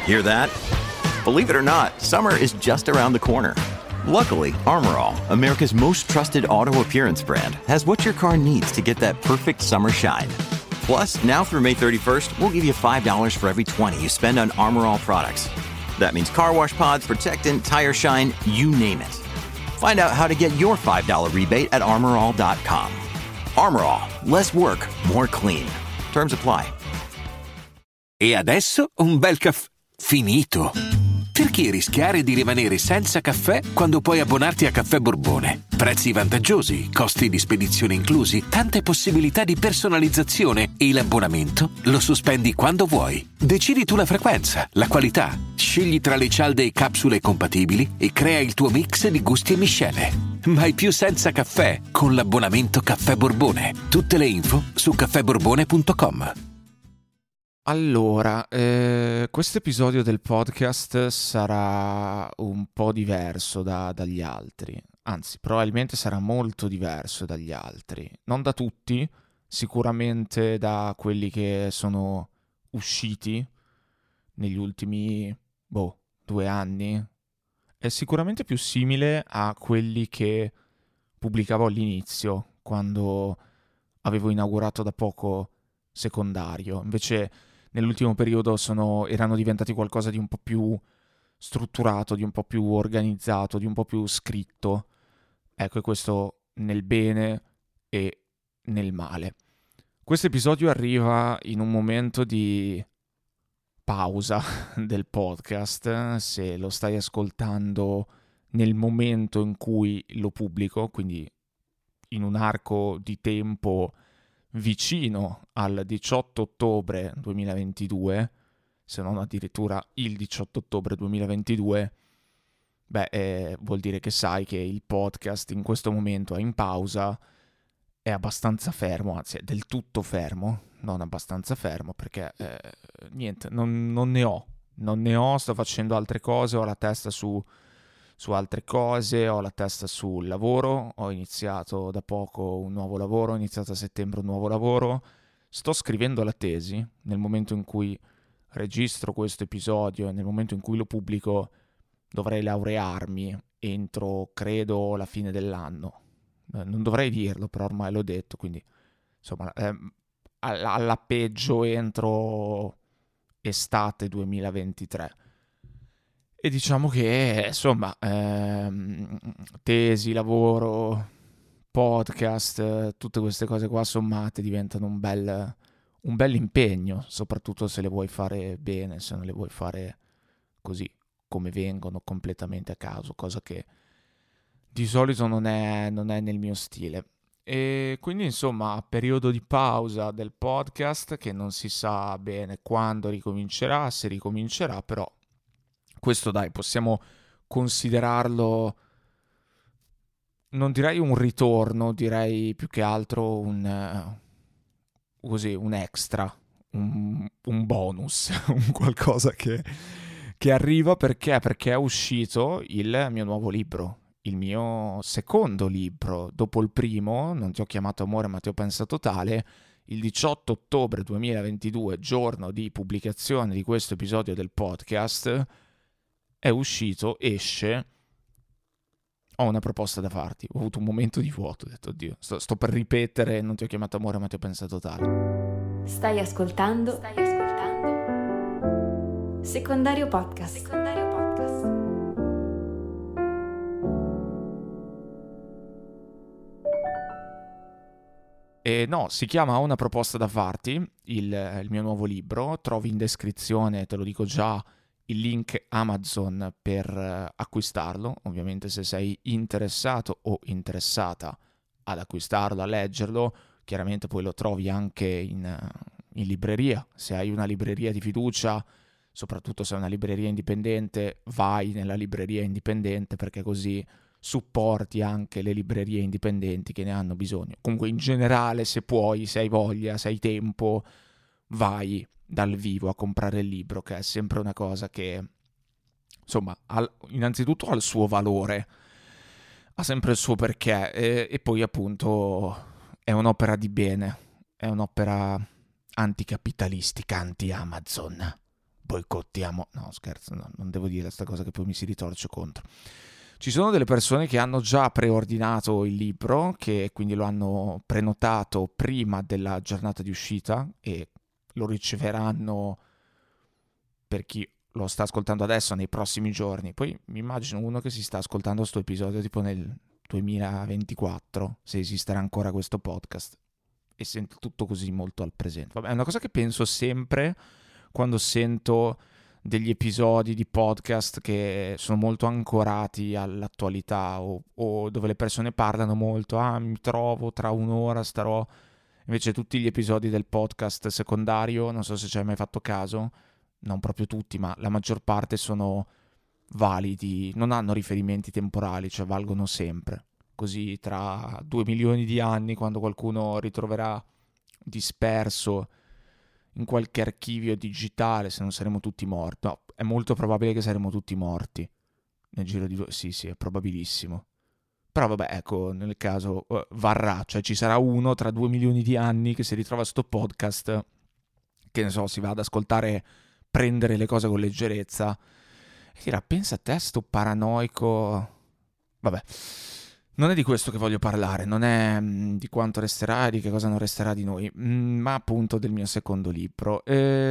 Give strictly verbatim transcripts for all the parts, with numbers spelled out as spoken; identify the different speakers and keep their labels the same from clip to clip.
Speaker 1: Hear that? Believe it or not, summer is just around the corner. Luckily, Armor All, America's most trusted auto appearance brand, has what your car needs to get that perfect summer shine. Plus, now through May thirty-first, we'll give you five dollars for every twenty you spend on Armor All products. That means car wash pods, protectant, tire shine, you name it. Find out how to get your five dollars rebate at armor all dot com. Armor All, less work, more clean. Terms apply.
Speaker 2: E adesso un bel caffè finito. Perché rischiare di rimanere senza caffè quando puoi abbonarti a Caffè Borbone? Prezzi vantaggiosi, costi di spedizione inclusi, tante possibilità di personalizzazione e l'abbonamento lo sospendi quando vuoi. Decidi tu la frequenza, la qualità, scegli tra le cialde e capsule compatibili e crea il tuo mix di gusti e miscele. Mai più senza caffè con l'abbonamento Caffè Borbone. Tutte le info su caffè borbone punto com.
Speaker 3: Allora, eh, questo episodio del podcast sarà un po' diverso da- dagli altri, anzi probabilmente sarà molto diverso dagli altri, non da tutti, sicuramente da quelli che sono usciti negli ultimi, boh, due anni, è sicuramente più simile a quelli che pubblicavo all'inizio, quando avevo inaugurato da poco secondario, invece nell'ultimo periodo sono, erano diventati qualcosa di un po' più strutturato, di un po' più organizzato, di un po' più scritto. Ecco, e questo nel bene e nel male. Questo episodio arriva in un momento di pausa del podcast, se lo stai ascoltando nel momento in cui lo pubblico, quindi in un arco di tempo vicino al diciotto ottobre duemilaventidue, se non addirittura il diciotto ottobre duemilaventidue, beh, eh, vuol dire che sai che il podcast in questo momento è in pausa, è abbastanza fermo, anzi è del tutto fermo, non abbastanza fermo, perché eh, niente, non, non ne ho, non ne ho, sto facendo altre cose, ho la testa su... su altre cose, ho la testa sul lavoro, ho iniziato da poco un nuovo lavoro, ho iniziato a settembre un nuovo lavoro, sto scrivendo la tesi, nel momento in cui registro questo episodio e nel momento in cui lo pubblico dovrei laurearmi entro, credo, la fine dell'anno. Eh, non dovrei dirlo, però ormai l'ho detto, quindi insomma, eh, alla, alla peggio entro estate duemilaventitré. E diciamo che, insomma, ehm, tesi, lavoro, podcast, eh, tutte queste cose qua sommate diventano un bel, un bel impegno, soprattutto se le vuoi fare bene, se non le vuoi fare così, come vengono, completamente a caso, cosa che di solito non è, non è nel mio stile. E quindi, insomma, periodo di pausa del podcast che non si sa bene quando ricomincerà, se ricomincerà, però questo dai, possiamo considerarlo, non direi un ritorno, direi più che altro un, uh, così, un extra, un, un bonus, un qualcosa che, che arriva perché? Perché è uscito il mio nuovo libro, il mio secondo libro. Dopo il primo, Non ti ho chiamato amore ma ti ho pensato tale, il diciotto ottobre duemilaventidue, giorno di pubblicazione di questo episodio del podcast, è uscito, esce, ho una proposta da farti. Ho avuto un momento di vuoto, ho detto, oddio, sto, sto per ripetere Non ti ho chiamato amore ma ti ho pensato tale.
Speaker 4: Stai ascoltando? Stai ascoltando? Secondario Podcast. Secondario Podcast.
Speaker 3: E no, si chiama Ho una proposta da farti, il, il mio nuovo libro. Trovi in descrizione, te lo dico già, il link Amazon per uh, acquistarlo. Ovviamente se sei interessato o interessata ad acquistarlo, a leggerlo, chiaramente poi lo trovi anche in, uh, in libreria. Se hai una libreria di fiducia, soprattutto se è una libreria indipendente, vai nella libreria indipendente, perché così supporti anche le librerie indipendenti che ne hanno bisogno. Comunque in generale, se puoi, se hai voglia, se hai tempo, vai dal vivo a comprare il libro, che è sempre una cosa che, insomma, al, innanzitutto ha il suo valore, ha sempre il suo perché, e, e poi appunto è un'opera di bene, è un'opera anticapitalistica, anti-Amazon. boicottiamo, no scherzo, no, non devo dire questa cosa che poi mi si ritorce contro. Ci sono delle persone che hanno già preordinato il libro, che quindi lo hanno prenotato prima della giornata di uscita e lo riceveranno, per chi lo sta ascoltando adesso, nei prossimi giorni. Poi mi immagino uno che si sta ascoltando questo episodio tipo nel duemilaventiquattro, se esisterà ancora questo podcast, e sente tutto così molto al presente. Vabbè, è una cosa che penso sempre quando sento degli episodi di podcast che sono molto ancorati all'attualità o, o dove le persone parlano molto, ah mi trovo tra un'ora starò, invece tutti gli episodi del podcast secondario, non so se ci hai mai fatto caso, non proprio tutti, ma la maggior parte sono validi, non hanno riferimenti temporali, cioè valgono sempre. Così tra due milioni di anni, quando qualcuno ritroverà disperso in qualche archivio digitale, se non saremo tutti morti. No, è molto probabile che saremo tutti morti nel giro di due... Sì, sì, è probabilissimo. Però vabbè, ecco, nel caso uh, varrà, cioè ci sarà uno tra due milioni di anni che si ritrova sto podcast, che ne so, si va ad ascoltare, prendere le cose con leggerezza e dirà, pensa a te sto paranoico. Vabbè, non è di questo che voglio parlare, non è mh, di quanto resterà e di che cosa non resterà di noi, mh, ma appunto del mio secondo libro.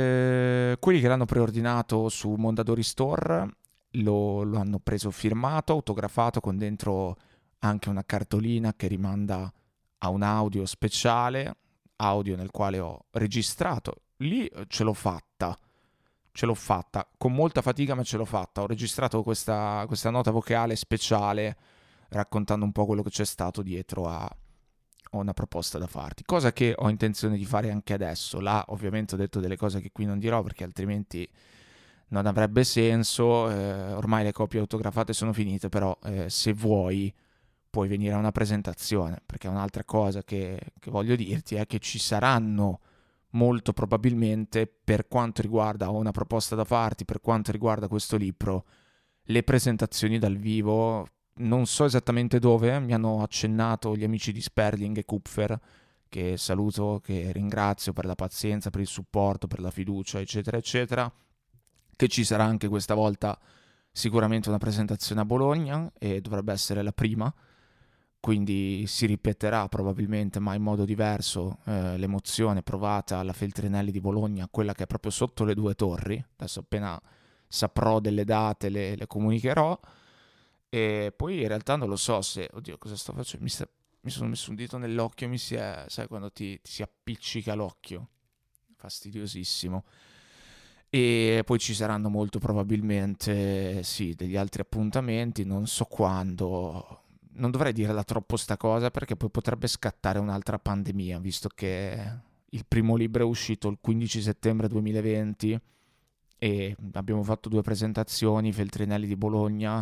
Speaker 3: E... quelli che l'hanno preordinato su Mondadori Store lo, lo hanno preso firmato, autografato, con dentro anche una cartolina che rimanda a un audio speciale, audio nel quale ho registrato. Lì ce l'ho fatta. Ce l'ho fatta, con molta fatica, ma ce l'ho fatta. Ho registrato questa, questa nota vocale speciale raccontando un po' quello che c'è stato dietro a, a una proposta da farti, cosa che ho intenzione di fare anche adesso. Là ovviamente ho detto delle cose che qui non dirò perché altrimenti non avrebbe senso. Eh, ormai le copie autografate sono finite, però eh, se vuoi puoi venire a una presentazione, perché un'altra cosa che, che voglio dirti è che ci saranno molto probabilmente, per quanto riguarda una proposta da farti, per quanto riguarda questo libro, le presentazioni dal vivo. Non so esattamente dove, mi hanno accennato gli amici di Sperling e Kupfer, che saluto, che ringrazio per la pazienza, per il supporto, per la fiducia, eccetera, eccetera, che ci sarà anche questa volta sicuramente una presentazione a Bologna, e dovrebbe essere la prima, quindi si ripeterà probabilmente, ma in modo diverso, eh, l'emozione provata alla Feltrinelli di Bologna, quella che è proprio sotto le due torri. Adesso appena saprò delle date le, le comunicherò. E poi in realtà non lo so se... Oddio, cosa sto facendo? Mi, sta... mi sono messo un dito nell'occhio, mi si è... Sai quando ti, ti si appiccica l'occhio? Fastidiosissimo. E poi ci saranno molto probabilmente, sì, degli altri appuntamenti, non so quando. Non dovrei dirla troppo sta cosa perché poi potrebbe scattare un'altra pandemia, visto che il primo libro è uscito il quindici settembre duemilaventi e abbiamo fatto due presentazioni, Feltrinelli di Bologna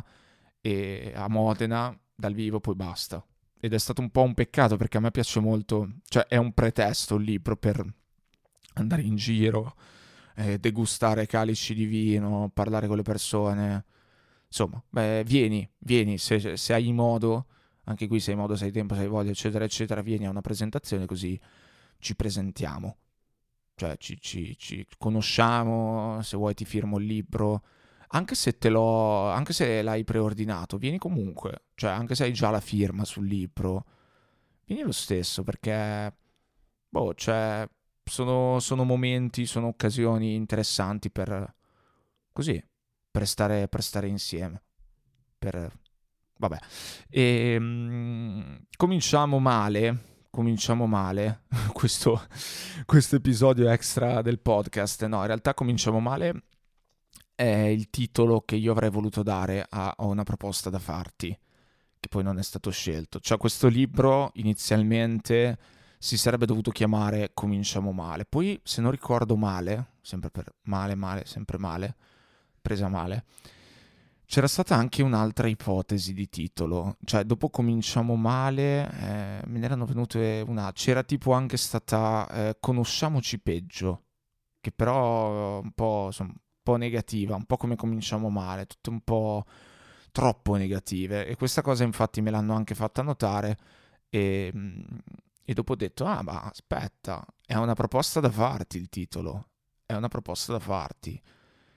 Speaker 3: e a Modena dal vivo, poi basta. Ed è stato un po' un peccato perché a me piace molto, cioè è un pretesto il libro per andare in giro, eh, degustare calici di vino, parlare con le persone. Insomma, beh, vieni, vieni, se, se hai modo, anche qui se hai modo, se hai tempo, se hai voglia, eccetera, eccetera, vieni a una presentazione così ci presentiamo. Cioè, ci, ci, ci conosciamo, se vuoi ti firmo il libro, anche se te l'ho, anche se l'hai preordinato, vieni comunque. Cioè, anche se hai già la firma sul libro, vieni lo stesso, perché, boh, cioè, sono, sono momenti, sono occasioni interessanti per, così, per stare, per stare insieme, per... vabbè. E, um, cominciamo male, cominciamo male, questo, questo episodio extra del podcast, no, in realtà cominciamo male, è il titolo che io avrei voluto dare a, a una proposta da farti, che poi non è stato scelto. Cioè, questo libro inizialmente si sarebbe dovuto chiamare Cominciamo male, poi se non ricordo male, sempre per male, male, sempre male, presa male, c'era stata anche un'altra ipotesi di titolo, cioè dopo Cominciamo male eh, me ne erano venute una, c'era tipo anche stata eh, Conosciamoci peggio, che però un po', insomma, un po' negativa, un po' come Cominciamo male, tutte un po' troppo negative, e questa cosa infatti me l'hanno anche fatta notare, e, e dopo ho detto, ah ma aspetta, è una proposta da farti il titolo, è una proposta da farti.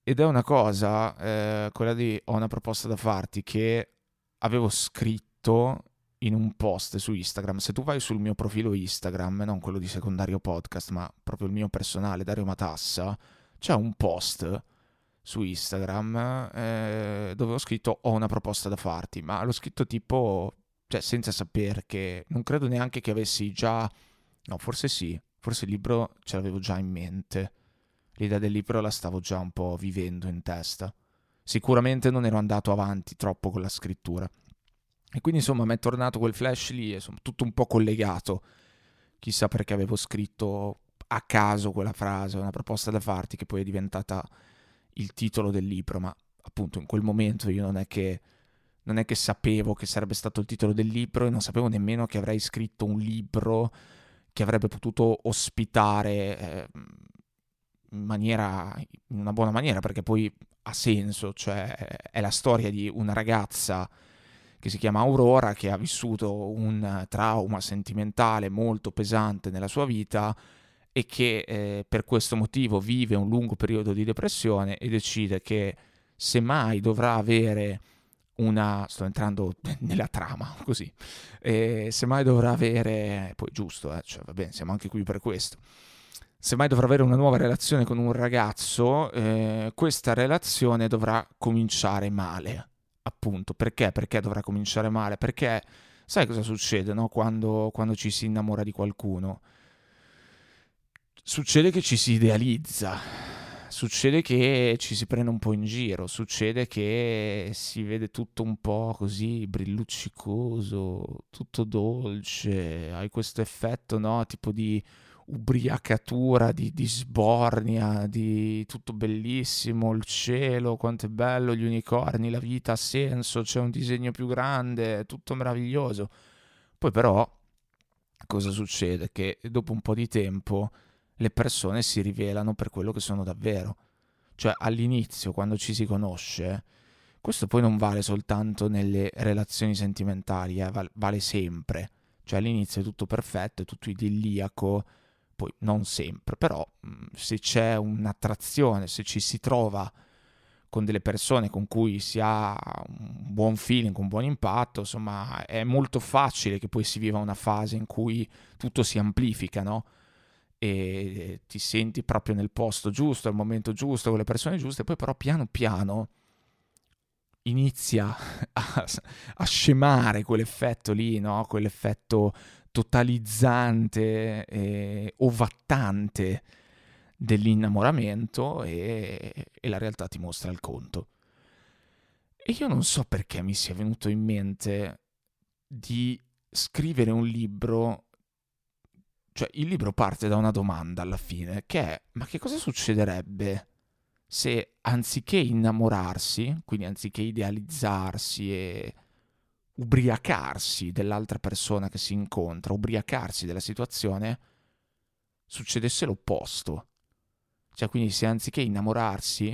Speaker 3: ed è una cosa, eh, quella di ho una proposta da farti, che avevo scritto in un post su Instagram. Se tu vai sul mio profilo Instagram, non quello di Secondario Podcast, ma proprio il mio personale, Dario Matassa, c'è un post su Instagram eh, dove ho scritto ho una proposta da farti, ma l'ho scritto tipo, cioè senza sapere che, non credo neanche che avessi già, no forse sì, forse il libro ce l'avevo già in mente, l'idea del libro la stavo già un po' vivendo in testa, sicuramente non ero andato avanti troppo con la scrittura. E quindi insomma mi è tornato quel flash lì, insomma, tutto un po' collegato. Chissà perché avevo scritto a caso quella frase, una proposta da farti, che poi è diventata il titolo del libro, ma appunto in quel momento io non è che, non è che sapevo che sarebbe stato il titolo del libro, e non sapevo nemmeno che avrei scritto un libro che avrebbe potuto ospitare eh, in maniera, in una buona maniera, perché poi ha senso, cioè è la storia di una ragazza che si chiama Aurora, che ha vissuto un trauma sentimentale molto pesante nella sua vita e che eh, per questo motivo vive un lungo periodo di depressione e decide che se mai dovrà avere una... sto entrando nella trama, così. Eh, se mai dovrà avere... poi giusto, eh, cioè va bene, siamo anche qui per questo. Se mai dovrà avere una nuova relazione con un ragazzo, eh, questa relazione dovrà cominciare male. Appunto, perché? Perché dovrà cominciare male? Perché sai cosa succede, no? Quando, quando ci si innamora di qualcuno? Succede che ci si idealizza, succede che ci si prende un po' in giro, succede che si vede tutto un po' così brilluccicoso, tutto dolce, hai questo effetto, no? Tipo di ubriacatura, di, di sbornia, di tutto bellissimo, il cielo, quanto è bello, gli unicorni, la vita ha senso, c'è un disegno più grande, tutto meraviglioso. Poi però cosa succede? Che dopo un po' di tempo le persone si rivelano per quello che sono davvero. Cioè all'inizio, quando ci si conosce, questo poi non vale soltanto nelle relazioni sentimentali, eh, vale sempre. Cioè all'inizio è tutto perfetto, è tutto idilliaco, poi non sempre, però se c'è un'attrazione, se ci si trova con delle persone con cui si ha un buon feeling, un buon impatto, insomma è molto facile che poi si viva una fase in cui tutto si amplifica, no? E ti senti proprio nel posto giusto, al momento giusto, con le persone giuste, poi però piano piano inizia a, a scemare quell'effetto lì, no? Quell'effetto totalizzante e ovattante dell'innamoramento e, e la realtà ti mostra il conto. E io non so perché mi sia venuto in mente di scrivere un libro, cioè il libro parte da una domanda alla fine, che è: ma che cosa succederebbe se anziché innamorarsi, quindi anziché idealizzarsi e ubriacarsi dell'altra persona che si incontra, ubriacarsi della situazione, succedesse l'opposto? Cioè, quindi se anziché innamorarsi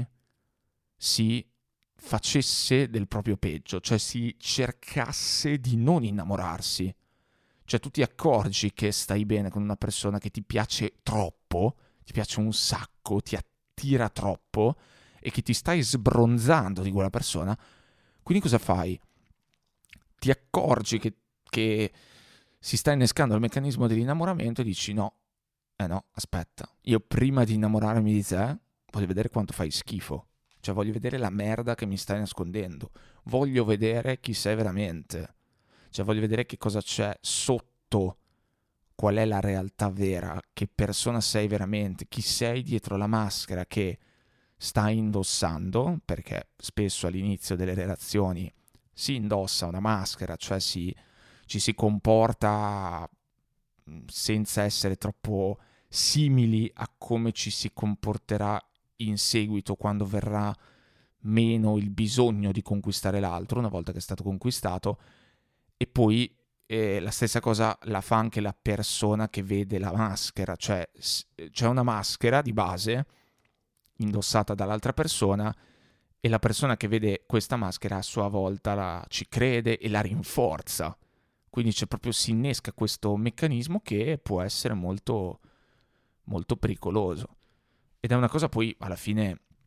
Speaker 3: si facesse del proprio peggio, cioè si cercasse di non innamorarsi. Cioè tu ti accorgi che stai bene con una persona che ti piace troppo, ti piace un sacco, ti attira troppo e che ti stai sbronzando di quella persona, quindi cosa fai? Ti accorgi che, che si sta innescando il meccanismo dell'innamoramento e dici no, eh no, aspetta, io prima di innamorarmi di te voglio vedere quanto fai schifo, cioè voglio vedere la merda che mi stai nascondendo, voglio vedere chi sei veramente, cioè voglio vedere che cosa c'è sotto, qual è la realtà vera, che persona sei veramente, chi sei dietro la maschera che stai indossando, perché spesso all'inizio delle relazioni si indossa una maschera, cioè si, ci si comporta senza essere troppo simili a come ci si comporterà in seguito quando verrà meno il bisogno di conquistare l'altro una volta che è stato conquistato. E poi eh, la stessa cosa la fa anche la persona che vede la maschera, cioè c'è una maschera di base indossata dall'altra persona e la persona che vede questa maschera a sua volta la, ci crede e la rinforza. Quindi c'è proprio, si innesca questo meccanismo che può essere molto, molto pericoloso. Ed è una cosa poi alla fine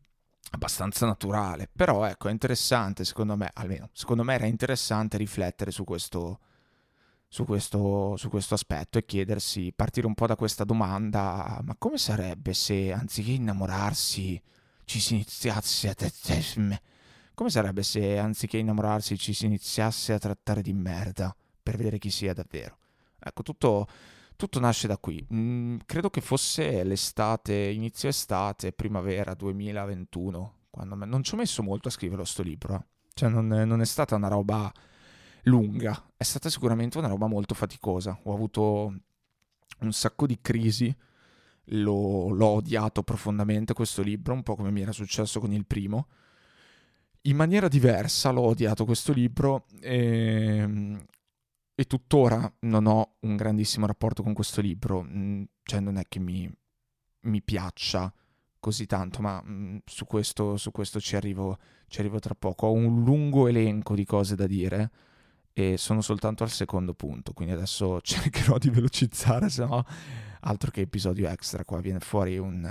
Speaker 3: abbastanza naturale, però ecco, è interessante secondo me, almeno secondo me era interessante riflettere su questo, su questo, su questo aspetto e chiedersi, partire un po' da questa domanda: ma come sarebbe se anziché innamorarsi ci si iniziasse a come sarebbe se anziché innamorarsi ci si iniziasse a trattare di merda per vedere chi sia davvero? Ecco, tutto, tutto nasce da qui. Mm, credo che fosse l'estate, inizio estate, primavera duemilaventuno, quando me... non ci ho messo molto a scriverlo sto libro, eh. Cioè non, non è stata una roba lunga, è stata sicuramente una roba molto faticosa. Ho avuto un sacco di crisi, L'ho, l'ho odiato profondamente questo libro, un po' come mi era successo con il primo. In maniera diversa l'ho odiato questo libro e, e tuttora non ho un grandissimo rapporto con questo libro, cioè non è che mi, mi piaccia così tanto, ma mh, su questo, su questo ci arrivo, ci arrivo tra poco. Ho un lungo elenco di cose da dire e sono soltanto al secondo punto, quindi adesso cercherò di velocizzare, se no altro che episodio extra, qua viene fuori un,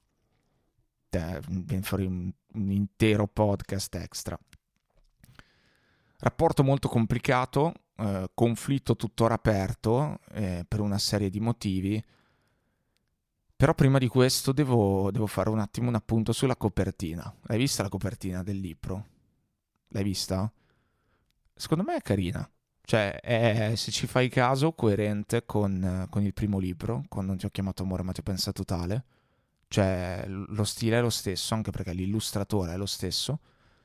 Speaker 3: eh, viene fuori un, un intero podcast extra. Rapporto molto complicato, eh, conflitto tuttora aperto eh, per una serie di motivi, però prima di questo devo, devo fare un attimo un appunto sulla copertina. L'hai vista la copertina del libro? L'hai vista? Secondo me è carina. Cioè, è, se ci fai caso, coerente con, con il primo libro, con Non ti ho chiamato amore ma ti ho pensato tale. Cioè, lo stile è lo stesso, anche perché l'illustratore è lo stesso.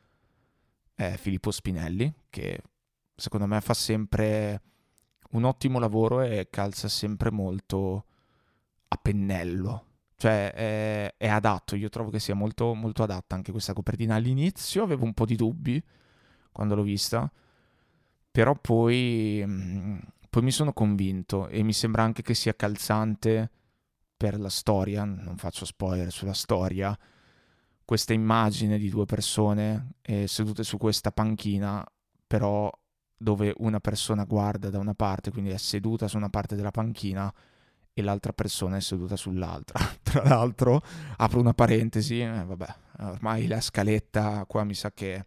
Speaker 3: È Filippo Spinelli, che secondo me fa sempre un ottimo lavoro e calza sempre molto a pennello. Cioè, è, è adatto, io trovo che sia molto, molto adatta anche questa copertina. All'inizio avevo un po' di dubbi quando l'ho vista, però poi, poi mi sono convinto e mi sembra anche che sia calzante per la storia, non faccio spoiler sulla storia, questa immagine di due persone eh, sedute su questa panchina, però dove una persona guarda da una parte, quindi è seduta su una parte della panchina e l'altra persona è seduta sull'altra. Tra l'altro, apro una parentesi, eh, vabbè, ormai la scaletta qua mi sa che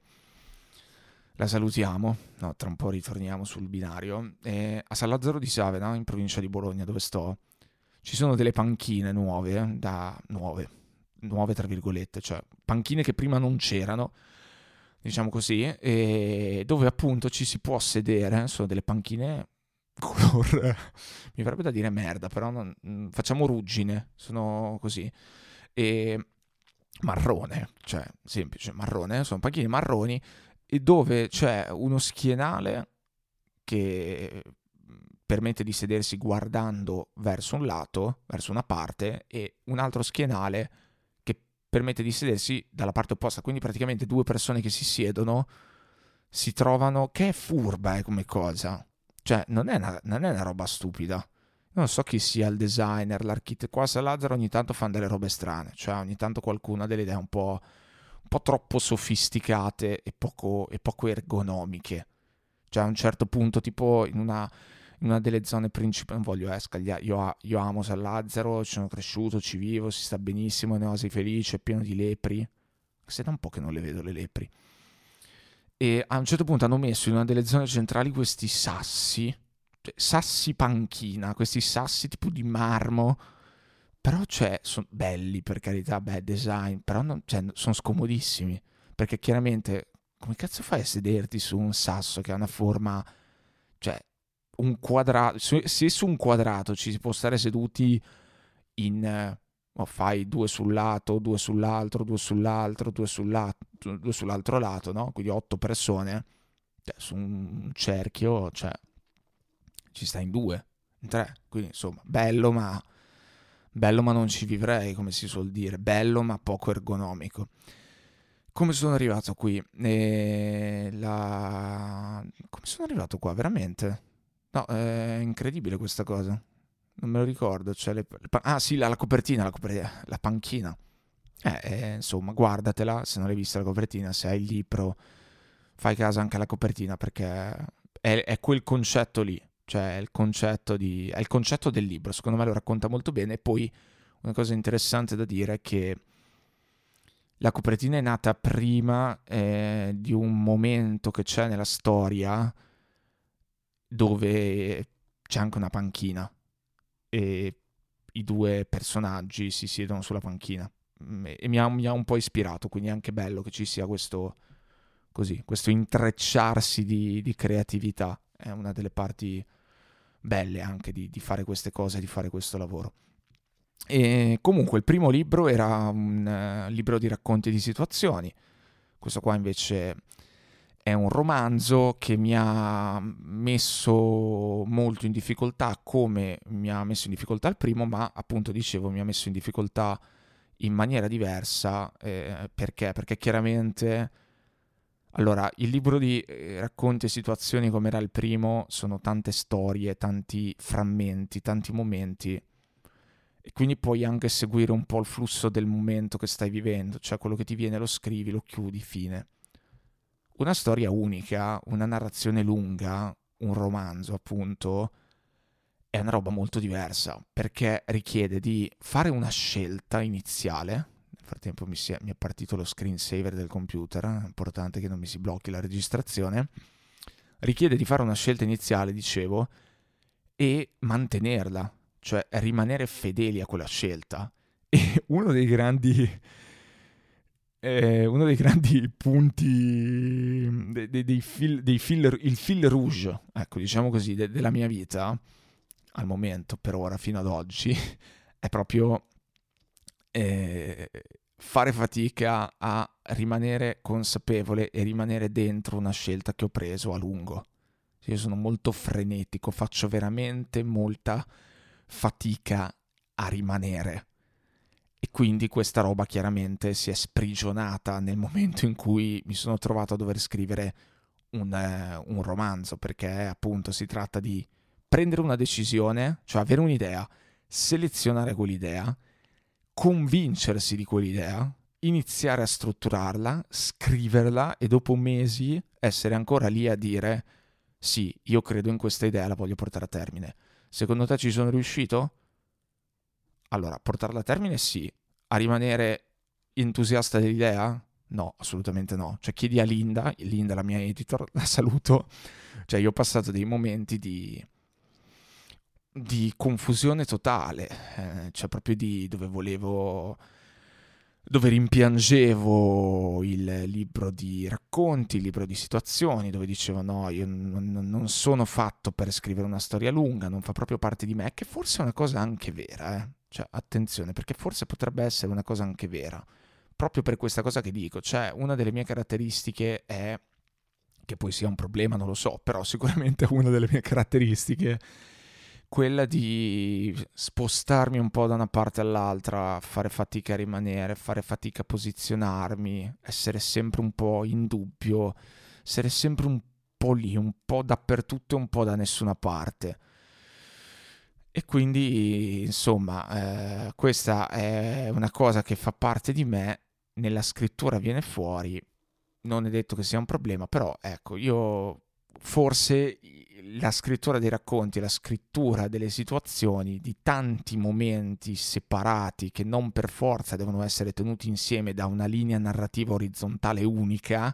Speaker 3: la salutiamo, no, tra un po' ritorniamo sul binario. E a San Lazzaro di Savena, in provincia di Bologna, dove sto, ci sono delle panchine nuove, da nuove, nuove tra virgolette, cioè panchine che prima non c'erano, diciamo così, e dove appunto ci si può sedere, sono delle panchine color, mi verrebbe da dire merda, però non, facciamo ruggine, sono così, e marrone, cioè semplice, marrone, sono panchine marroni, e dove c'è uno schienale che permette di sedersi guardando verso un lato, verso una parte, e un altro schienale che permette di sedersi dalla parte opposta. Quindi praticamente due persone che si siedono si trovano, che è furba eh, come cosa. Cioè, non è, una, non è una roba stupida. Non so chi sia il designer, l'architetto. Qua a San Lazzaro ogni tanto fanno delle robe strane. Cioè, ogni tanto qualcuno ha delle idee un po'... un po' troppo sofisticate e poco, e poco ergonomiche. Cioè a un certo punto, tipo in una, in una delle zone principali, non voglio eh, scagliare, io, io amo San Lazzaro, ci sono cresciuto, ci vivo, si sta benissimo, ne oasi felice, è pieno di lepri. Se da un po' che non le vedo le lepri. E a un certo punto hanno messo in una delle zone centrali questi sassi, cioè, sassi panchina, questi sassi tipo di marmo. Però, cioè, sono belli, per carità, beh, design, però non, cioè, sono scomodissimi, perché chiaramente, come cazzo fai a sederti su un sasso che ha una forma, cioè, un quadrato, se su un quadrato ci si può stare seduti in, oh, fai due sul lato, due sull'altro, due sull'altro, due, sull'altro, due sull'altro lato, no? Quindi otto persone, cioè, su un cerchio, cioè, ci sta in due, in tre, quindi, insomma, bello, ma... bello ma non ci vivrei, come si suol dire, bello ma poco ergonomico. Come sono arrivato qui? E la... Come sono arrivato qua, veramente? No, è incredibile questa cosa. Non me lo ricordo. Cioè le... Ah sì, la, la copertina, la, copertina, la panchina. Eh, eh, insomma, guardatela, se non l'hai vista la copertina, se hai il libro, fai caso anche alla copertina, perché è, è quel concetto lì. Cioè il concetto di... è il concetto del libro, secondo me lo racconta molto bene. E poi una cosa interessante da dire è che La copertina è nata prima eh, di un momento che c'è nella storia dove c'è anche una panchina e i due personaggi si siedono sulla panchina e mi ha, mi ha un po' ispirato, quindi è anche bello che ci sia questo, così, questo intrecciarsi di, di creatività. È una delle parti belle anche di, di fare queste cose, di fare questo lavoro. E comunque il primo libro era un uh, libro di racconti di situazioni. Questo qua invece è un romanzo che mi ha messo molto in difficoltà, come mi ha messo in difficoltà il primo, ma appunto dicevo mi ha messo in difficoltà in maniera diversa. Eh, perché? Perché chiaramente, allora, il libro di eh, racconti e situazioni come era il primo sono tante storie, tanti frammenti, tanti momenti, e quindi puoi anche seguire un po' il flusso del momento che stai vivendo, cioè quello che ti viene lo scrivi, lo chiudi, fine. Una storia unica, una narrazione lunga, un romanzo appunto, è una roba molto diversa, perché richiede di fare una scelta iniziale. Nel frattempo mi, si è, mi è partito lo screensaver del computer, è importante che non mi si blocchi la registrazione. Richiede di fare una scelta iniziale, dicevo, e mantenerla, cioè rimanere fedeli a quella scelta. E uno dei grandi... Eh, uno dei grandi punti, dei, dei, dei fil, dei fil, il fil rouge, ecco, diciamo così, de, della mia vita, al momento, per ora, fino ad oggi, è proprio eh, fare fatica a rimanere consapevole e rimanere dentro una scelta che ho preso a lungo. Io sono molto frenetico, faccio veramente molta fatica a rimanere. E quindi questa roba chiaramente si è sprigionata nel momento in cui mi sono trovato a dover scrivere un, eh, un romanzo, perché appunto si tratta di prendere una decisione, cioè avere un'idea, selezionare quell'idea, convincersi di quell'idea, iniziare a strutturarla, scriverla e dopo mesi essere ancora lì a dire sì, io credo in questa idea, la voglio portare a termine. Secondo te ci sono riuscito? Allora, portarla a termine sì. A rimanere entusiasta dell'idea? No, assolutamente no. Cioè chiedi a Linda, Linda la mia editor, la saluto, cioè io ho passato dei momenti di, di confusione totale, eh, cioè proprio di dove volevo, dove rimpiangevo il libro di racconti, il libro di situazioni, dove dicevo no, io non, non sono fatto per scrivere una storia lunga, non fa proprio parte di me, che forse è una cosa anche vera, eh. Cioè, attenzione, perché forse potrebbe essere una cosa anche vera, proprio per questa cosa che dico. Cioè, una delle mie caratteristiche è, che poi sia un problema, non lo so, però sicuramente una delle mie caratteristiche, quella di spostarmi un po' da una parte all'altra, fare fatica a rimanere, fare fatica a posizionarmi, essere sempre un po' in dubbio, essere sempre un po' lì, un po' dappertutto e un po' da nessuna parte. E quindi, insomma, eh, questa è una cosa che fa parte di me, nella scrittura viene fuori, non è detto che sia un problema, però ecco, io forse la scrittura dei racconti, la scrittura delle situazioni, di tanti momenti separati che non per forza devono essere tenuti insieme da una linea narrativa orizzontale unica,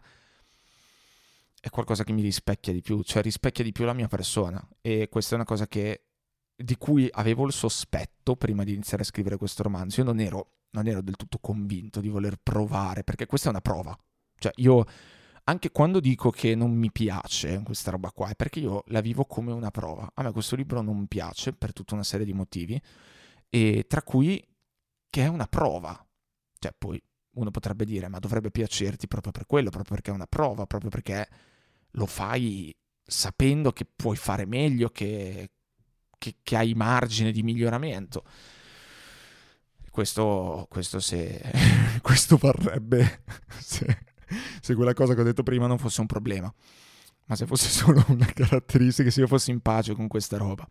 Speaker 3: è qualcosa che mi rispecchia di più, cioè rispecchia di più la mia persona, e questa è una cosa che di cui avevo il sospetto prima di iniziare a scrivere questo romanzo. Io non ero, non ero del tutto convinto di voler provare, perché questa è una prova. Cioè io, anche quando dico che non mi piace questa roba qua, è perché io la vivo come una prova. A me questo libro non piace per tutta una serie di motivi, e tra cui che è una prova. Cioè poi uno potrebbe dire, ma dovrebbe piacerti proprio per quello, proprio perché è una prova, proprio perché lo fai sapendo che puoi fare meglio, che... Che, che hai margine di miglioramento. Questo, questo se questo varrebbe se, se quella cosa che ho detto prima non fosse un problema, ma se fosse solo una caratteristica, se io fossi in pace con questa roba.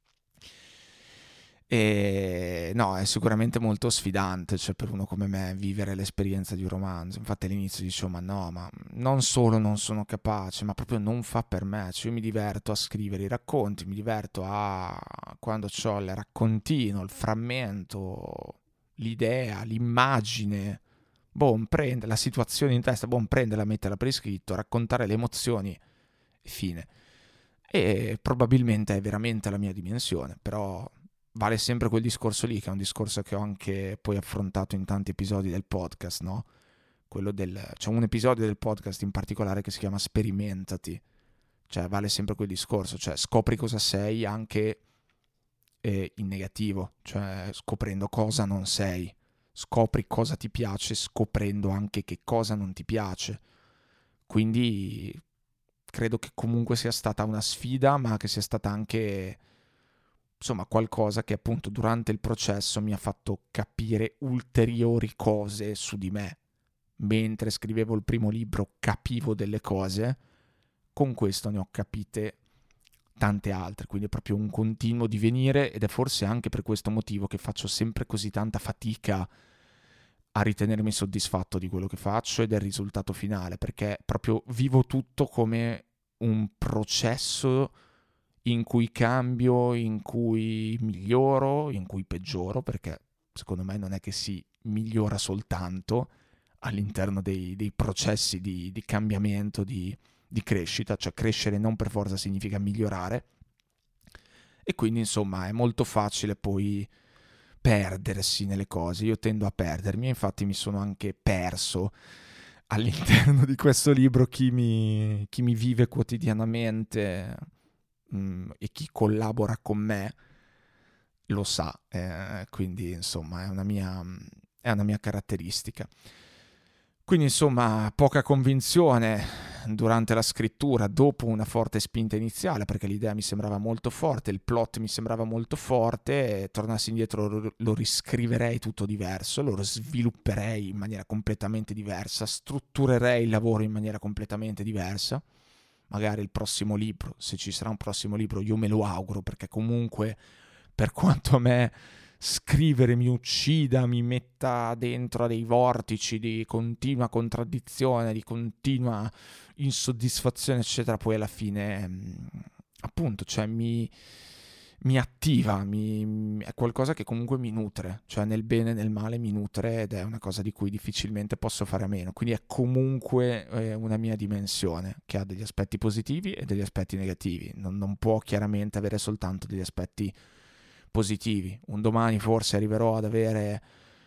Speaker 3: E no, è sicuramente molto sfidante, cioè per uno come me, vivere l'esperienza di un romanzo. Infatti all'inizio dicevo, ma no, ma non solo non sono capace, ma proprio non fa per me. Cioè io mi diverto a scrivere i racconti, mi diverto a, quando ho il raccontino, il frammento, l'idea, l'immagine, boh, prende la situazione in testa, boh, prenderla, metterla per iscritto, raccontare le emozioni, fine. E probabilmente è veramente la mia dimensione, però vale sempre quel discorso lì, che è un discorso che ho anche poi affrontato in tanti episodi del podcast, no? Quello del, c'è un episodio del podcast in particolare che si chiama Sperimentati, cioè vale sempre quel discorso, cioè scopri cosa sei anche eh, in negativo, cioè scoprendo cosa non sei, scopri cosa ti piace scoprendo anche che cosa non ti piace. Quindi credo che comunque sia stata una sfida, ma che sia stata anche, insomma, qualcosa che appunto durante il processo mi ha fatto capire ulteriori cose su di me. Mentre scrivevo il primo libro capivo delle cose, con questo ne ho capite tante altre, quindi è proprio un continuo divenire, ed è forse anche per questo motivo che faccio sempre così tanta fatica a ritenermi soddisfatto di quello che faccio e del risultato finale, perché proprio vivo tutto come un processo in cui cambio, in cui miglioro, in cui peggioro, perché secondo me non è che si migliora soltanto all'interno dei, dei processi di, di cambiamento, di, di crescita, cioè crescere non per forza significa migliorare, e quindi insomma è molto facile poi perdersi nelle cose. Io tendo a perdermi, e infatti mi sono anche perso all'interno di questo libro. Chi mi, chi mi vive quotidianamente mh, e chi collabora con me lo sa, eh, quindi insomma è una mia, è una mia caratteristica. Quindi insomma poca convinzione durante la scrittura, dopo una forte spinta iniziale, perché l'idea mi sembrava molto forte, il plot mi sembrava molto forte, e tornassi indietro lo, lo riscriverei tutto diverso, lo svilupperei in maniera completamente diversa, strutturerei il lavoro in maniera completamente diversa. Magari il prossimo libro, se ci sarà un prossimo libro, io me lo auguro, perché comunque per quanto a me scrivere mi uccida, mi metta dentro a dei vortici di continua contraddizione, di continua insoddisfazione, eccetera, poi alla fine appunto, cioè mi, mi attiva, mi, è qualcosa che comunque mi nutre, cioè nel bene e nel male mi nutre, ed è una cosa di cui difficilmente posso fare a meno, quindi è comunque eh, una mia dimensione che ha degli aspetti positivi e degli aspetti negativi, non, non può chiaramente avere soltanto degli aspetti positivi. Un domani forse arriverò ad avere,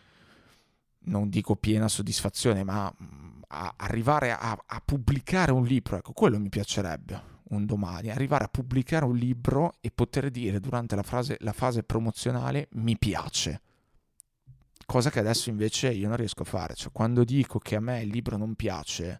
Speaker 3: non dico piena soddisfazione, ma a arrivare a, a pubblicare un libro, ecco, quello mi piacerebbe un domani, arrivare a pubblicare un libro e poter dire durante la, frase, la fase promozionale mi piace, cosa che adesso invece io non riesco a fare. Cioè, quando dico che a me il libro non piace,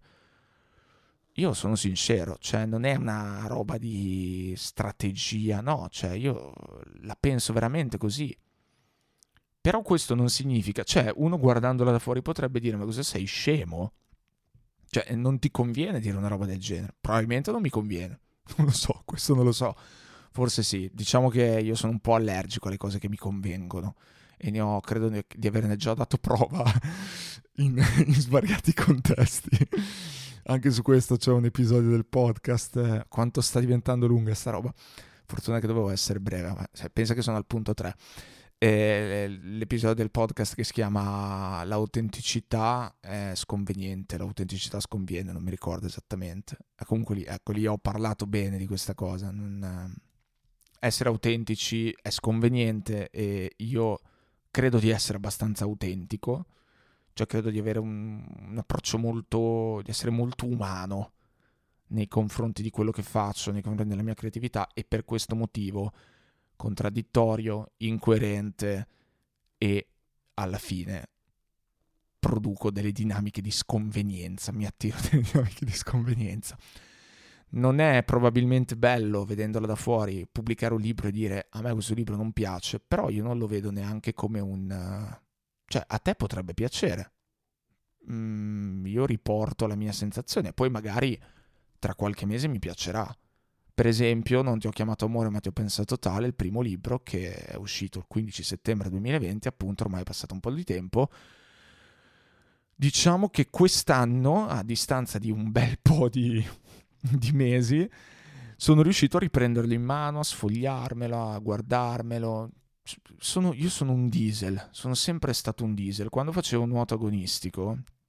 Speaker 3: io sono sincero, cioè non è una roba di strategia, no, cioè io la penso veramente così. Però questo non significa, cioè uno guardandola da fuori potrebbe dire: ma cosa sei, scemo? Cioè non ti conviene dire una roba del genere. Probabilmente non mi conviene, non lo so, questo non lo so, forse sì. Diciamo che io sono un po' allergico alle cose che mi convengono, e ne ho, credo di averne già dato prova in, in svariati contesti. Anche su questo c'è un episodio del podcast. Eh, quanto sta diventando lunga sta roba. Fortuna che dovevo essere breve, ma cioè, pensa che sono al punto tre. E l'episodio del podcast che si chiama L'autenticità è sconveniente, l'autenticità sconviene, non mi ricordo esattamente. E comunque lì, ecco, lì ho parlato bene di questa cosa. Non, essere autentici è sconveniente, e io credo di essere abbastanza autentico. Cioè credo di avere un, un approccio molto, di essere molto umano nei confronti di quello che faccio, nei confronti della mia creatività, e per questo motivo contraddittorio, incoerente, e alla fine produco delle dinamiche di sconvenienza, mi attiro delle dinamiche di sconvenienza. Non è probabilmente bello, vedendolo da fuori, pubblicare un libro e dire a me questo libro non piace, però io non lo vedo neanche come un... Cioè, a te potrebbe piacere. Mm, io riporto la mia sensazione, poi magari tra qualche mese mi piacerà. Per esempio, Non ti ho chiamato amore ma ti ho pensato tale, il primo libro che è uscito il quindici settembre duemilaventi, appunto, ormai è passato un po' di tempo. Diciamo che quest'anno, a distanza di un bel po' di, di mesi, sono riuscito a riprenderlo in mano, a sfogliarmelo, a guardarmelo. Sono, io sono un diesel, sono sempre stato un diesel. Quando facevo nuoto agonistico,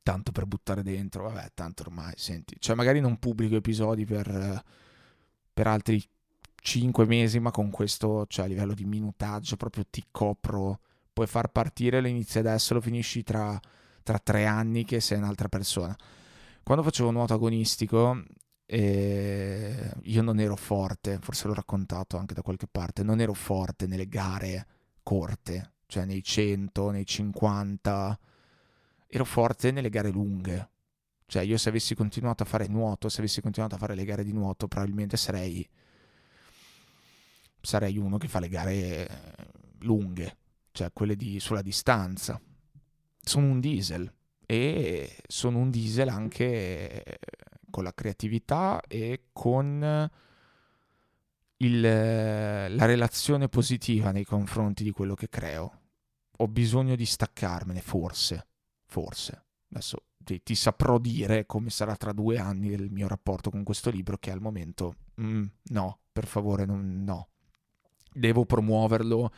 Speaker 3: tanto per buttare dentro, vabbè, tanto ormai, senti, cioè magari non pubblico episodi per, per altri cinque mesi, ma con questo, cioè a livello di minutaggio, proprio ti copro, puoi far partire, lo inizi adesso, lo finisci tra, tra tre anni che sei un'altra persona. Quando facevo nuoto agonistico, eh, io non ero forte, forse l'ho raccontato anche da qualche parte, non ero forte nelle gare corte, cioè nei cento, nei cinquanta, ero forte nelle gare lunghe. Cioè io se avessi continuato a fare nuoto, se avessi continuato a fare le gare di nuoto, probabilmente sarei sarei uno che fa le gare lunghe, cioè quelle di, sulla distanza. Sono un diesel, e sono un diesel anche con la creatività e con il, la relazione positiva nei confronti di quello che creo. Ho bisogno di staccarmene, forse, forse. Adesso ti, ti saprò dire come sarà tra due anni il mio rapporto con questo libro, che al momento, mm, no, per favore, non, no. Devo promuoverlo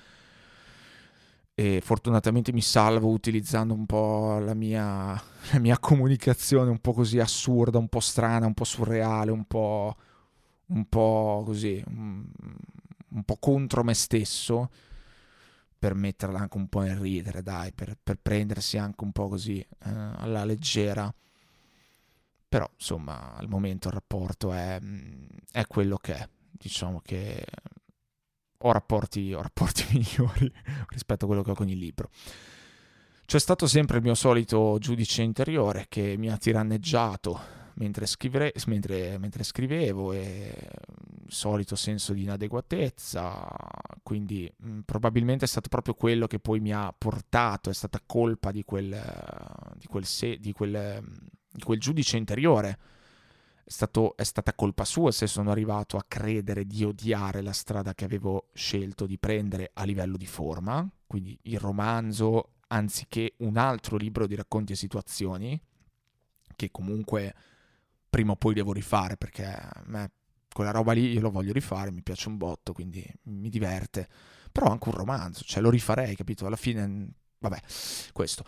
Speaker 3: e fortunatamente mi salvo utilizzando un po' la mia, la mia comunicazione un po' così assurda, un po' strana, un po' surreale, un po', un po' così, un, un po' contro me stesso, per metterla anche un po' in ridere, dai, per, per prendersi anche un po' così eh, alla leggera. Però insomma al momento il rapporto è, è quello che è. Diciamo che ho rapporti, ho rapporti migliori rispetto a quello che ho con il libro. C'è stato sempre il mio solito giudice interiore che mi ha tiranneggiato mentre, scrivere, mentre, mentre scrivevo, e il solito senso di inadeguatezza, quindi mh, probabilmente è stato proprio quello che poi mi ha portato, è stata colpa di quel, di quel, se, di quel, di quel giudice interiore. È, stato, è stata colpa sua se sono arrivato a credere di odiare la strada che avevo scelto di prendere a livello di forma, quindi il romanzo anziché un altro libro di racconti e situazioni, che comunque prima o poi devo rifare, perché a me quella roba lì io lo voglio rifare, mi piace un botto, quindi mi diverte. Però anche un romanzo, cioè lo rifarei, capito? Alla fine, vabbè, questo.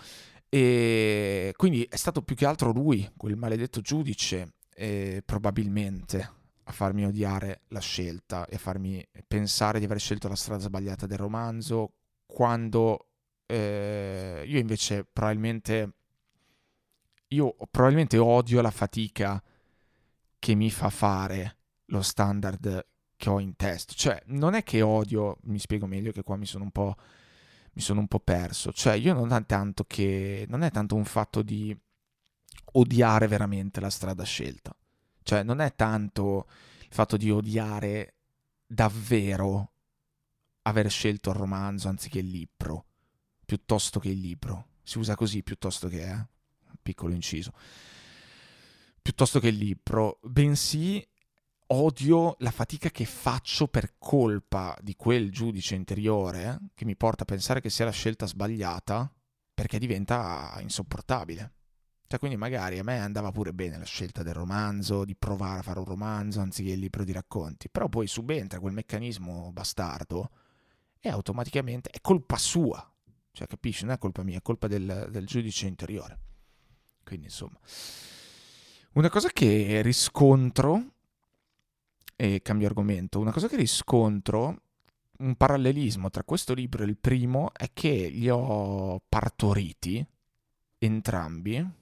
Speaker 3: E quindi è stato più che altro lui, quel maledetto giudice, eh, probabilmente a farmi odiare la scelta e a farmi pensare di aver scelto la strada sbagliata del romanzo, quando eh, io invece probabilmente io probabilmente odio la fatica che mi fa fare lo standard che ho in testa. Cioè non è che odio, mi spiego meglio, che qua mi sono un po' mi sono un po' perso. Cioè io non è tanto che non è tanto un fatto di odiare veramente la strada scelta. Cioè non è tanto il fatto di odiare davvero aver scelto il romanzo anziché il libro, piuttosto che il libro. Si usa così piuttosto che, eh? Piccolo inciso. Piuttosto che il libro, bensì odio la fatica che faccio per colpa di quel giudice interiore eh, che mi porta a pensare che sia la scelta sbagliata, perché diventa insopportabile. Cioè, quindi magari a me andava pure bene la scelta del romanzo, di provare a fare un romanzo anziché il libro di racconti, però poi subentra quel meccanismo bastardo e automaticamente è colpa sua. Cioè, capisci? Non è colpa mia, è colpa del, del giudice interiore. Quindi, insomma, una cosa che riscontro, e cambio argomento, una cosa che riscontro, un parallelismo tra questo libro e il primo, è che li ho partoriti entrambi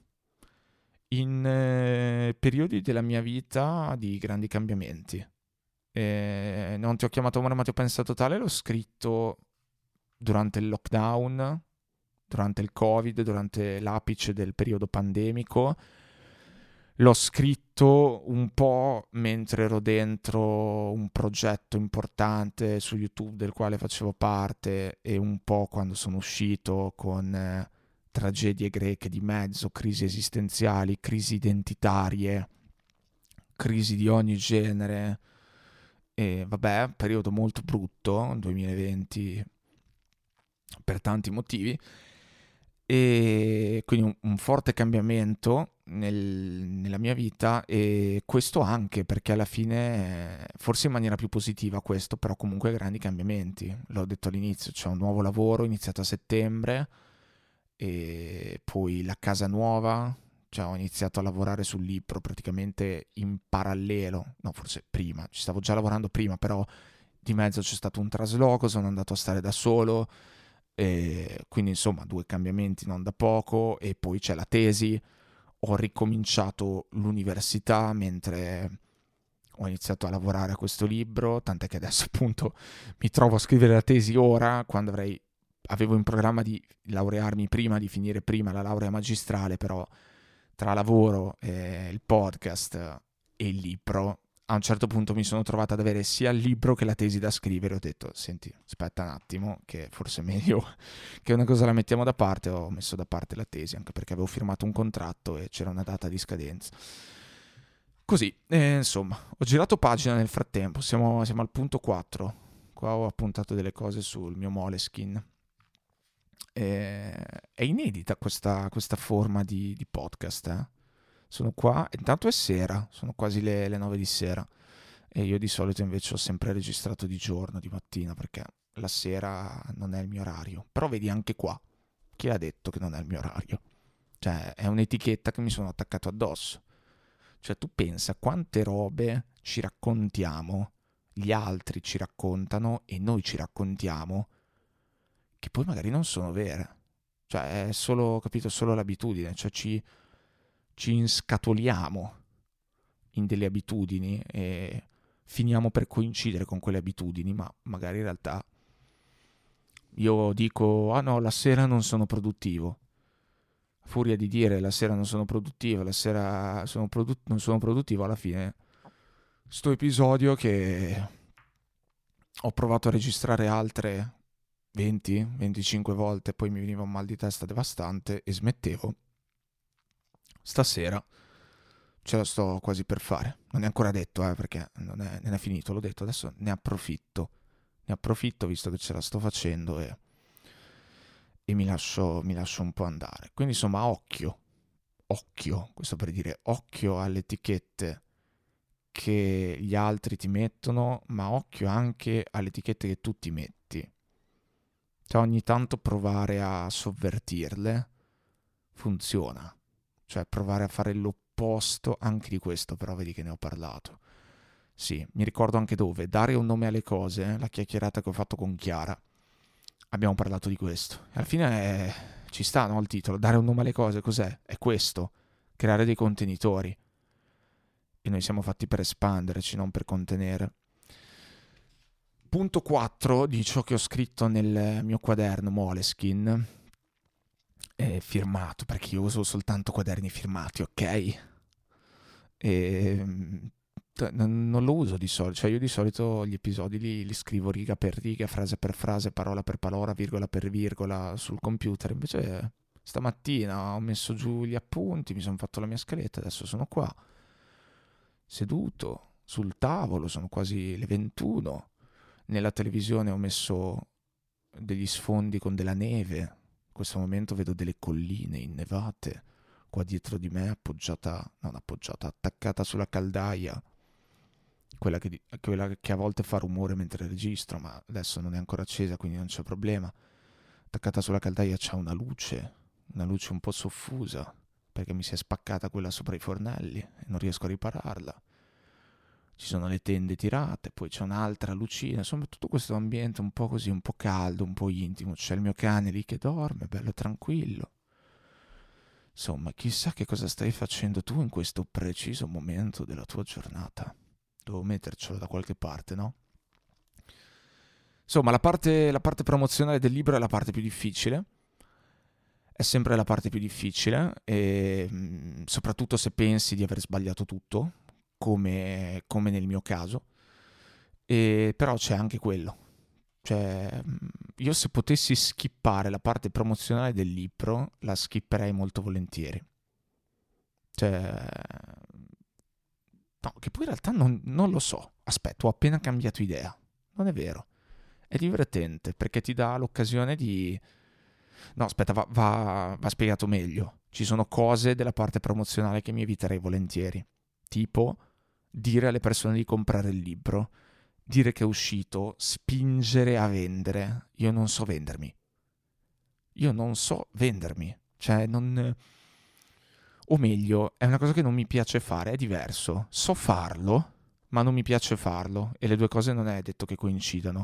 Speaker 3: in eh, periodi della mia vita di grandi cambiamenti. Eh, non ti ho chiamato amore ma ti ho pensato tale, l'ho scritto durante il lockdown, durante il Covid, durante l'apice del periodo pandemico. L'ho scritto un po' mentre ero dentro un progetto importante su YouTube del quale facevo parte, e un po' quando sono uscito, con eh, tragedie greche di mezzo, crisi esistenziali, crisi identitarie, crisi di ogni genere. E vabbè, periodo molto brutto, duemilaventi, per tanti motivi. E quindi un, un forte cambiamento nel, nella mia vita, e questo anche perché alla fine, forse in maniera più positiva questo, però comunque grandi cambiamenti. L'ho detto all'inizio, c'è un nuovo lavoro iniziato a settembre, e poi la casa nuova, Cioè ho iniziato a lavorare sul libro praticamente in parallelo, no forse prima, ci stavo già lavorando prima, però di mezzo c'è stato un trasloco, sono andato a stare da solo, e quindi insomma due cambiamenti non da poco, e poi c'è la tesi, ho ricominciato l'università mentre ho iniziato a lavorare a questo libro, tant'è che adesso appunto mi trovo a scrivere la tesi ora, quando avrei, avevo in programma di laurearmi prima, di finire prima la laurea magistrale, però tra lavoro, eh, il podcast e il libro, a un certo punto mi sono trovato ad avere sia il libro che la tesi da scrivere. Ho detto, senti, aspetta un attimo, che forse è meglio che una cosa la mettiamo da parte. Ho messo da parte la tesi, anche perché avevo firmato un contratto e c'era una data di scadenza. Così, eh, insomma, ho girato pagina nel frattempo, siamo, siamo al punto quattro. Qua ho appuntato delle cose sul mio Moleskine. Eh, è inedita questa, questa forma di, di podcast, eh? Sono qua, intanto è sera, sono quasi le, le nove di sera, e io di solito invece ho sempre registrato di giorno, di mattina, perché la sera non è il mio orario. Però vedi anche qua, chi ha detto che non è il mio orario? Cioè è un'etichetta che mi sono attaccato addosso. Cioè tu pensa quante robe ci raccontiamo, gli altri ci raccontano e noi ci raccontiamo, che poi magari non sono vere. Cioè è solo, capito, solo l'abitudine, cioè ci, ci inscatoliamo in delle abitudini e finiamo per coincidere con quelle abitudini, ma magari in realtà io dico, ah no, la sera non sono produttivo. A furia di dire la sera non sono produttivo, la sera sono produ- non sono produttivo, alla fine sto episodio che ho provato a registrare altre venti venticinque volte, poi mi veniva un mal di testa devastante e smettevo. Stasera ce la sto quasi per fare. Non è ancora detto, eh, perché non è, non è finito, l'ho detto. Adesso ne approfitto. Ne approfitto visto che ce la sto facendo e, e mi, lascio, mi lascio un po' andare. Quindi insomma, occhio. Occhio, questo per dire occhio alle etichette che gli altri ti mettono, ma occhio anche alle etichette che tu ti metti. Cioè ogni tanto provare a sovvertirle funziona. Cioè provare a fare l'opposto anche di questo, però vedi che ne ho parlato. Sì, mi ricordo anche dove, dare un nome alle cose, la chiacchierata che ho fatto con Chiara. Abbiamo parlato di questo. E alla fine è... ci sta, no, il titolo, dare un nome alle cose, cos'è? È questo, creare dei contenitori. E noi siamo fatti per espanderci, non per contenere. Punto quattro di ciò che ho scritto nel mio quaderno Moleskine, è firmato, perché io uso soltanto quaderni firmati, ok? E non lo uso di solito, cioè io di solito gli episodi li, li scrivo riga per riga, frase per frase, parola per parola, virgola per virgola sul computer. Invece stamattina ho messo giù gli appunti, mi sono fatto la mia scaletta, adesso sono qua seduto sul tavolo, sono quasi le ventuno. Nella televisione ho messo degli sfondi con della neve. In questo momento vedo delle colline innevate. Qua dietro di me appoggiata, non appoggiata, attaccata sulla caldaia. Quella che, quella che a volte fa rumore mentre registro, ma adesso non è ancora accesa, quindi non c'è problema. Attaccata sulla caldaia c'è una luce, una luce un po' soffusa, perché mi si è spaccata quella sopra i fornelli e non riesco a ripararla. Ci sono le tende tirate, poi c'è un'altra lucina, insomma tutto questo ambiente un po' così, un po' caldo, un po' intimo. C'è il mio cane lì che dorme, bello tranquillo. Insomma, chissà che cosa stai facendo tu in questo preciso momento della tua giornata. Devo mettercelo da qualche parte, no? Insomma, la parte, la parte promozionale del libro è la parte più difficile. È sempre la parte più difficile, e soprattutto se pensi di aver sbagliato tutto, come, come nel mio caso. E però c'è anche quello. Cioè, io se potessi skippare la parte promozionale del libro, la skipperei molto volentieri. Cioè... no, che poi in realtà non, non lo so. Aspetta, ho appena cambiato idea. Non è vero. È divertente, perché ti dà l'occasione di... no, aspetta, va, va, va spiegato meglio. Ci sono cose della parte promozionale che mi eviterei volentieri. Tipo, dire alle persone di comprare il libro, dire che è uscito, spingere a vendere. Io non so vendermi. Io non so vendermi. Cioè, non... O meglio, è una cosa che non mi piace fare, è diverso. So farlo, ma non mi piace farlo. E le due cose non è detto che coincidano.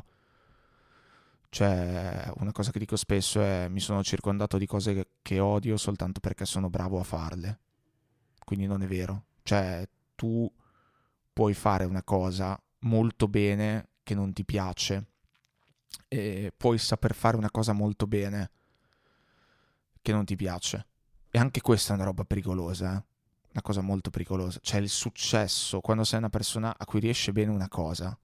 Speaker 3: Cioè, una cosa che dico spesso è mi sono circondato di cose che, che odio soltanto perché sono bravo a farle. Quindi non è vero. Cioè, tu puoi fare una cosa molto bene che non ti piace e puoi saper fare una cosa molto bene che non ti piace. E anche questa è una roba pericolosa, eh? Una cosa molto pericolosa. Cioè il successo, quando sei una persona a cui riesce bene una cosa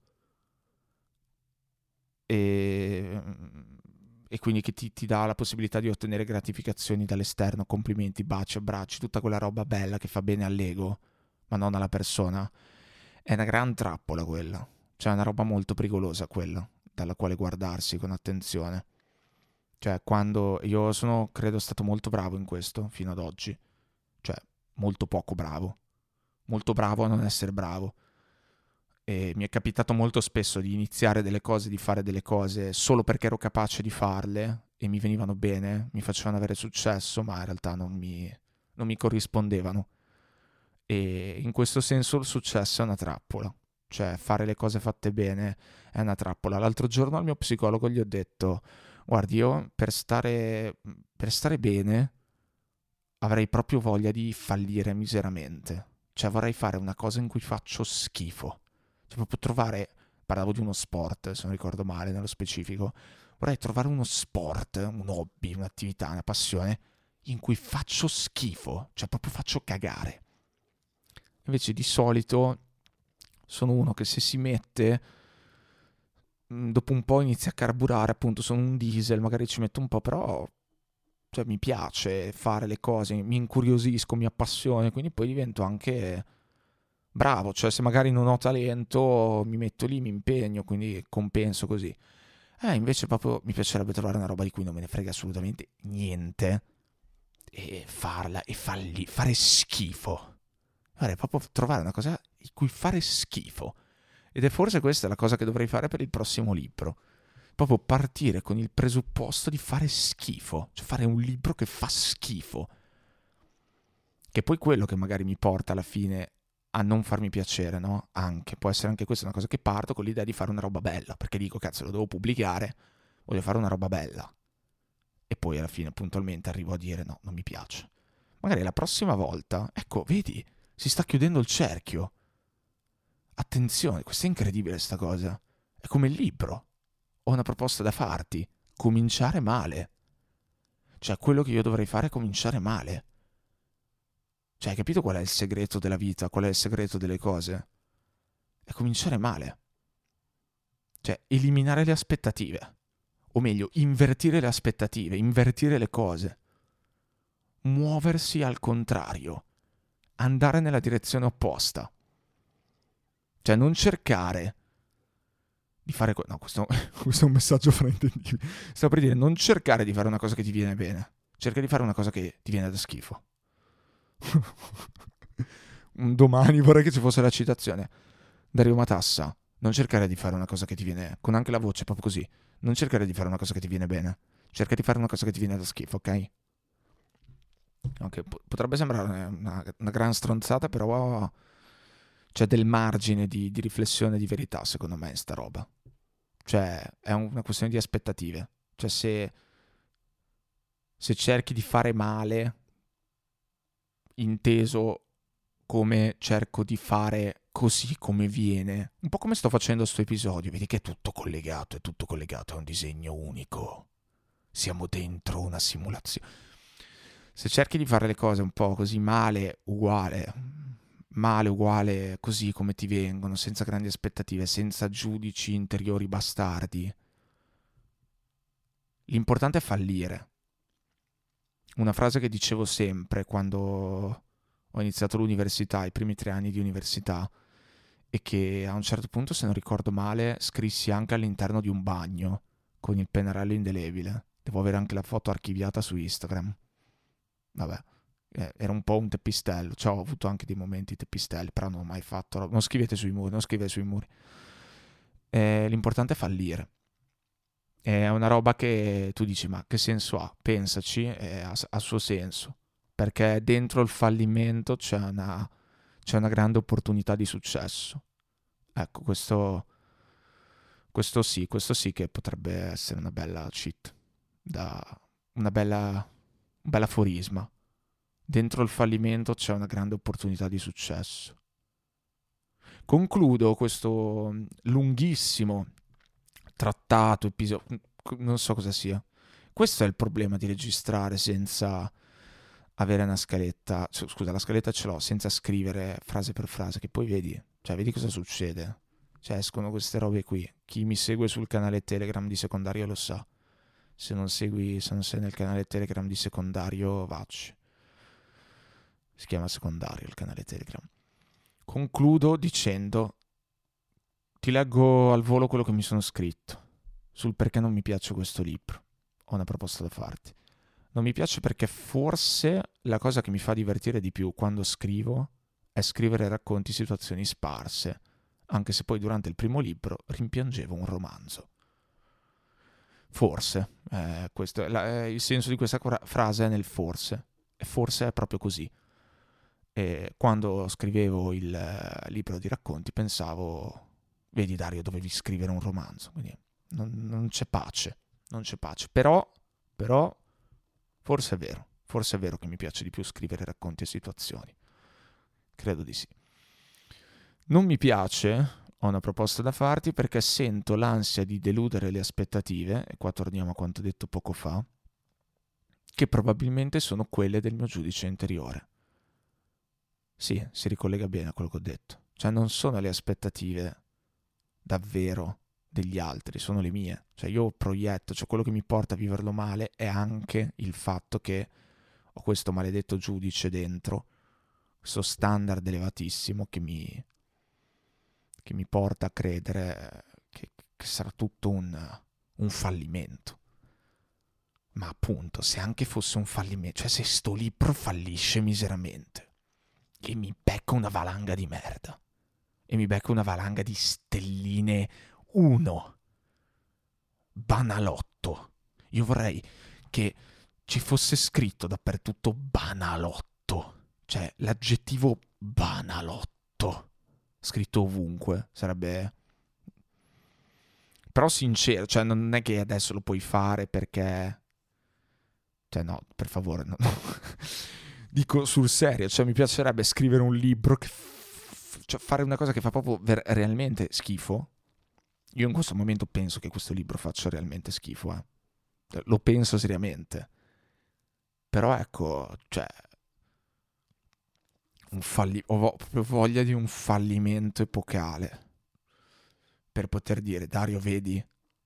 Speaker 3: e, e quindi che ti, ti dà la possibilità di ottenere gratificazioni dall'esterno, complimenti, baci, abbracci, tutta quella roba bella che fa bene all'ego, ma non alla persona, è una gran trappola quella. Cioè è una roba molto pericolosa quella, dalla quale guardarsi con attenzione. Cioè, quando io sono, credo, stato molto bravo in questo fino ad oggi. Cioè, molto poco bravo. Molto bravo a non essere bravo. E mi è capitato molto spesso di iniziare delle cose, di fare delle cose solo perché ero capace di farle e mi venivano bene, mi facevano avere successo, ma in realtà non mi, non mi corrispondevano. E in questo senso il successo è una trappola. Cioè, fare le cose fatte bene è una trappola. L'altro giorno al mio psicologo gli ho detto: guardi, io per stare, per stare bene avrei proprio voglia di fallire miseramente. Cioè vorrei fare una cosa in cui faccio schifo. Cioè proprio trovare, parlavo di uno sport, se non ricordo male nello specifico, vorrei trovare uno sport, un hobby, un'attività, una passione in cui faccio schifo. Cioè proprio faccio cagare. Invece di solito sono uno che se si mette, dopo un po' inizia a carburare, appunto sono un diesel, magari ci metto un po', però cioè, mi piace fare le cose, mi incuriosisco, mi appassione, quindi poi divento anche bravo, cioè se magari non ho talento mi metto lì, mi impegno, quindi compenso così. Eh, invece proprio mi piacerebbe trovare una roba di cui non me ne frega assolutamente niente e farla e fargli, fare schifo. Guarda, proprio trovare una cosa di cui fare schifo. Ed è forse questa la cosa che dovrei fare per il prossimo libro. Proprio partire con il presupposto di fare schifo. Cioè fare un libro che fa schifo. Che poi quello che magari mi porta alla fine a non farmi piacere, no? Anche. Può essere anche questa una cosa che parto con l'idea di fare una roba bella. Perché dico, cazzo, lo devo pubblicare. Voglio fare una roba bella. E poi alla fine puntualmente arrivo a dire no, non mi piace. Magari la prossima volta, ecco, vedi, si sta chiudendo il cerchio. Attenzione, questa è incredibile sta cosa. È come il libro. Ho una proposta da farti. Cominciare male. Cioè, quello che io dovrei fare è cominciare male. Cioè, hai capito qual è il segreto della vita? Qual è il segreto delle cose? È cominciare male. Cioè, eliminare le aspettative. O meglio, invertire le aspettative, invertire le cose. Muoversi al contrario. Andare nella direzione opposta. Cioè, non cercare di fare... Co- no, questo, questo è un messaggio fraintendibile. Stavo per dire, non cercare di fare una cosa che ti viene bene. Cerca di fare una cosa che ti viene da schifo. Un domani vorrei che ci fosse la citazione. Dario Matassa. Non cercare di fare una cosa che ti viene... Con anche la voce, proprio così. Non cercare di fare una cosa che ti viene bene. Cerca di fare una cosa che ti viene da schifo, ok? Ok, potrebbe sembrare una, una gran stronzata, però... C'è del margine di, di riflessione, di verità, secondo me, in sta roba. Cioè, è una questione di aspettative. Cioè, se, se cerchi di fare male, inteso come cerco di fare così come viene, un po' come sto facendo sto episodio, vedi che è tutto collegato, è tutto collegato, è un disegno unico. Siamo dentro una simulazione. Se cerchi di fare le cose un po' così male, uguale... male uguale così come ti vengono, senza grandi aspettative, senza giudici interiori bastardi. L'importante è fallire. Una frase che dicevo sempre quando ho iniziato l'università, i primi tre anni di università, e che a un certo punto, se non ricordo male, scrissi anche all'interno di un bagno con il pennarello indelebile. Devo avere anche la foto archiviata su Instagram. Vabbè. Era un po' un teppistello, cioè ho avuto anche dei momenti teppistelli, però non ho mai fatto, non scrivete sui muri, non scrivete sui muri. Eh, l'importante è fallire. È una roba che tu dici, ma che senso ha? Pensaci, eh, ha, ha suo senso. perché dentro il fallimento c'è una, c'è una grande opportunità di successo. Ecco, questo, questo sì, questo sì che potrebbe essere una bella cheat, da, una bella, un bel aforisma. Dentro il fallimento c'è una grande opportunità di successo. Concludo questo lunghissimo trattato, episodio, non so cosa sia. Questo è il problema di registrare senza avere una scaletta, scusa, la scaletta ce l'ho, senza scrivere frase per frase, che poi vedi, cioè vedi cosa succede. Cioè escono queste robe qui. Chi mi segue sul canale Telegram di Secondario lo sa. Se non segui, se non sei nel canale Telegram di Secondario, vacci. Si chiama Secondario il canale Telegram. Concludo dicendo, ti leggo al volo quello che mi sono scritto sul perché non mi piace questo libro. Ho una proposta da farti. Non mi piace perché forse la cosa che mi fa divertire di più quando scrivo è scrivere racconti, situazioni sparse, anche se poi durante il primo libro rimpiangevo un romanzo. Forse, eh, questo è la, eh, il senso di questa cora- frase è nel forse, e forse è proprio così. E quando scrivevo il eh, libro di racconti pensavo, vedi Dario, dovevi scrivere un romanzo, quindi non, non c'è pace, non c'è pace, però, però forse è vero, forse è vero che mi piace di più scrivere racconti e situazioni, credo di sì. Non mi piace, ho una proposta da farti, perché sento l'ansia di deludere le aspettative, e qua torniamo a quanto detto poco fa, che probabilmente sono quelle del mio giudice interiore. Sì, si ricollega bene a quello che ho detto. Cioè non sono le aspettative davvero degli altri, sono le mie. Cioè io proietto, cioè quello che mi porta a viverlo male è anche il fatto che ho questo maledetto giudice dentro, questo standard elevatissimo che mi, che mi porta a credere che, che sarà tutto un, un fallimento. Ma appunto, se anche fosse un fallimento, cioè se sto libro fallisce miseramente, e mi becco una valanga di merda, e mi becco una valanga di stelline uno, banalotto. Io vorrei che ci fosse scritto dappertutto banalotto, cioè l'aggettivo banalotto, scritto ovunque, sarebbe... Però sincero, cioè non è che adesso lo puoi fare perché... Cioè no, per favore, no, no. Dico sul serio, cioè mi piacerebbe scrivere un libro, che f- cioè fare una cosa che fa proprio ver- realmente schifo. Io in questo momento penso che questo libro faccia realmente schifo, eh. Lo penso seriamente. Però ecco, cioè, un falli- ho vo- proprio voglia di un fallimento epocale per poter dire, Dario, vedi?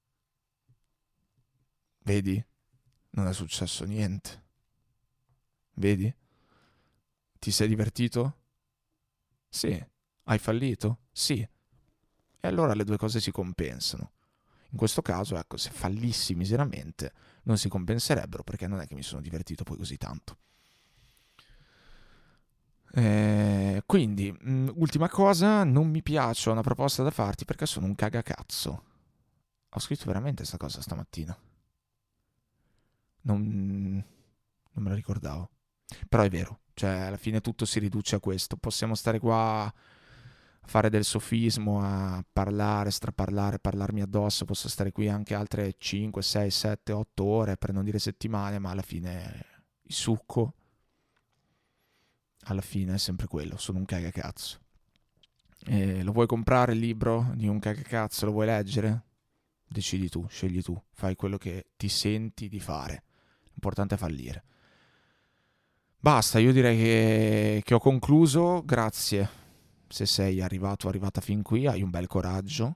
Speaker 3: Vedi? Non è successo niente. Vedi? Ti sei divertito? Sì. Hai fallito? Sì. E allora le due cose si compensano. In questo caso, ecco, se fallissi miseramente, non si compenserebbero, perché non è che mi sono divertito poi così tanto. Eh, quindi, mh, ultima cosa, non mi piace, ho una proposta da farti perché sono un cagacazzo. Ho scritto veramente questa cosa stamattina. Non, non me la ricordavo. Però è vero, cioè alla fine tutto si riduce a questo. Possiamo stare qua a fare del sofismo, a parlare, straparlare, parlarmi addosso, posso stare qui anche altre cinque, sei, sette, otto ore, per non dire settimane, ma alla fine il succo, alla fine è sempre quello, sono un cagacazzo. E lo vuoi comprare il libro di un cagacazzo, lo vuoi leggere? Decidi tu, scegli tu, fai quello che ti senti di fare, l'importante è fallire. Basta, io direi che, che ho concluso, grazie. Se sei arrivato o arrivata fin qui, hai un bel coraggio.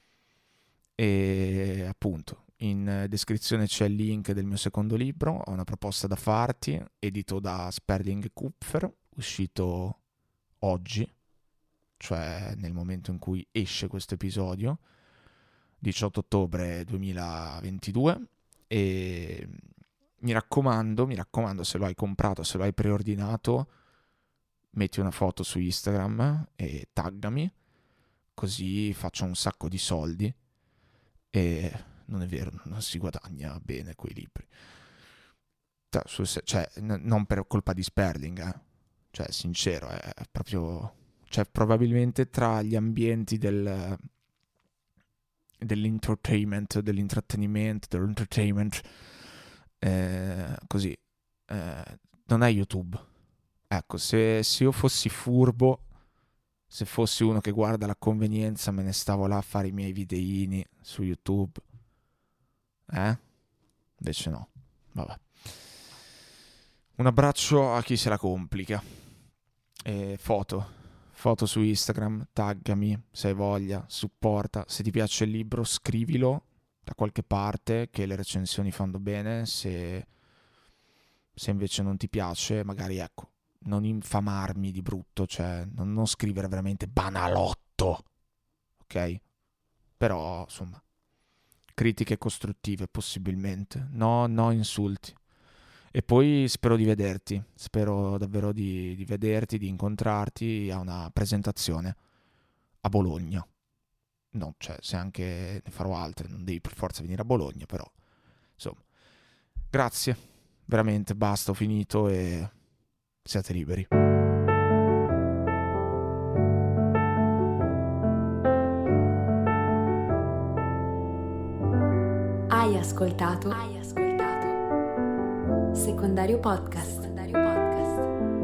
Speaker 3: E appunto, in descrizione c'è il link del mio secondo libro, ho una proposta da farti, edito da Sperling Kupfer, uscito oggi, cioè nel momento in cui esce questo episodio, diciotto ottobre duemilaventidue, e mi raccomando, mi raccomando, se lo hai comprato, se lo hai preordinato, metti una foto su Instagram e taggami, così faccio un sacco di soldi. E non è vero, non si guadagna bene coi libri. cioè, n- non per colpa di Sperling, eh. Cioè, sincero, è proprio, cioè, probabilmente tra gli ambienti del dell'entertainment, dell'intrattenimento, dell'entertainment, eh, così, eh, non è YouTube. Ecco, se, se io fossi furbo, se fossi uno che guarda la convenienza, me ne stavo là a fare i miei videini su YouTube. Eh? Invece no. Vabbè. Un abbraccio a chi se la complica. E foto. Foto su Instagram, taggami se hai voglia, supporta. Se ti piace il libro, scrivilo da qualche parte, che le recensioni fanno bene. Se, se invece non ti piace, magari, ecco, non infamarmi di brutto, cioè non, non scrivere veramente banalotto, ok? Però, insomma, critiche costruttive possibilmente, no, no insulti. E poi spero di vederti, spero davvero di, di vederti, di incontrarti a una presentazione a Bologna. No, cioè, se anche ne farò altre, non devi per forza venire a Bologna, però, insomma. Grazie, veramente, basta, ho finito e siate liberi.
Speaker 4: Hai ascoltato? Hai ascoltato? Secondario Podcast. Secondario Podcast.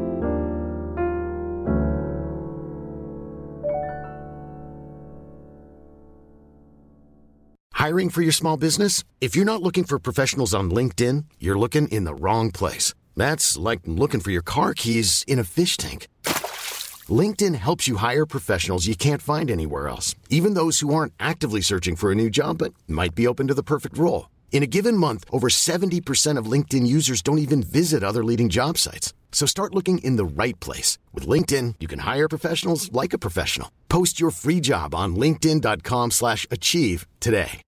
Speaker 5: Hiring for your small business? If you're not looking for professionals on LinkedIn, you're looking in the wrong place. That's like looking for your car keys in a fish tank. LinkedIn helps you hire professionals you can't find anywhere else, even those who aren't actively searching for a new job but might be open to the perfect role. In a given month, over seventy percent of LinkedIn users don't even visit other leading job sites. So start looking in the right place. With LinkedIn, you can hire professionals like a professional. Post your free job on linkedin dot com slash achieve today.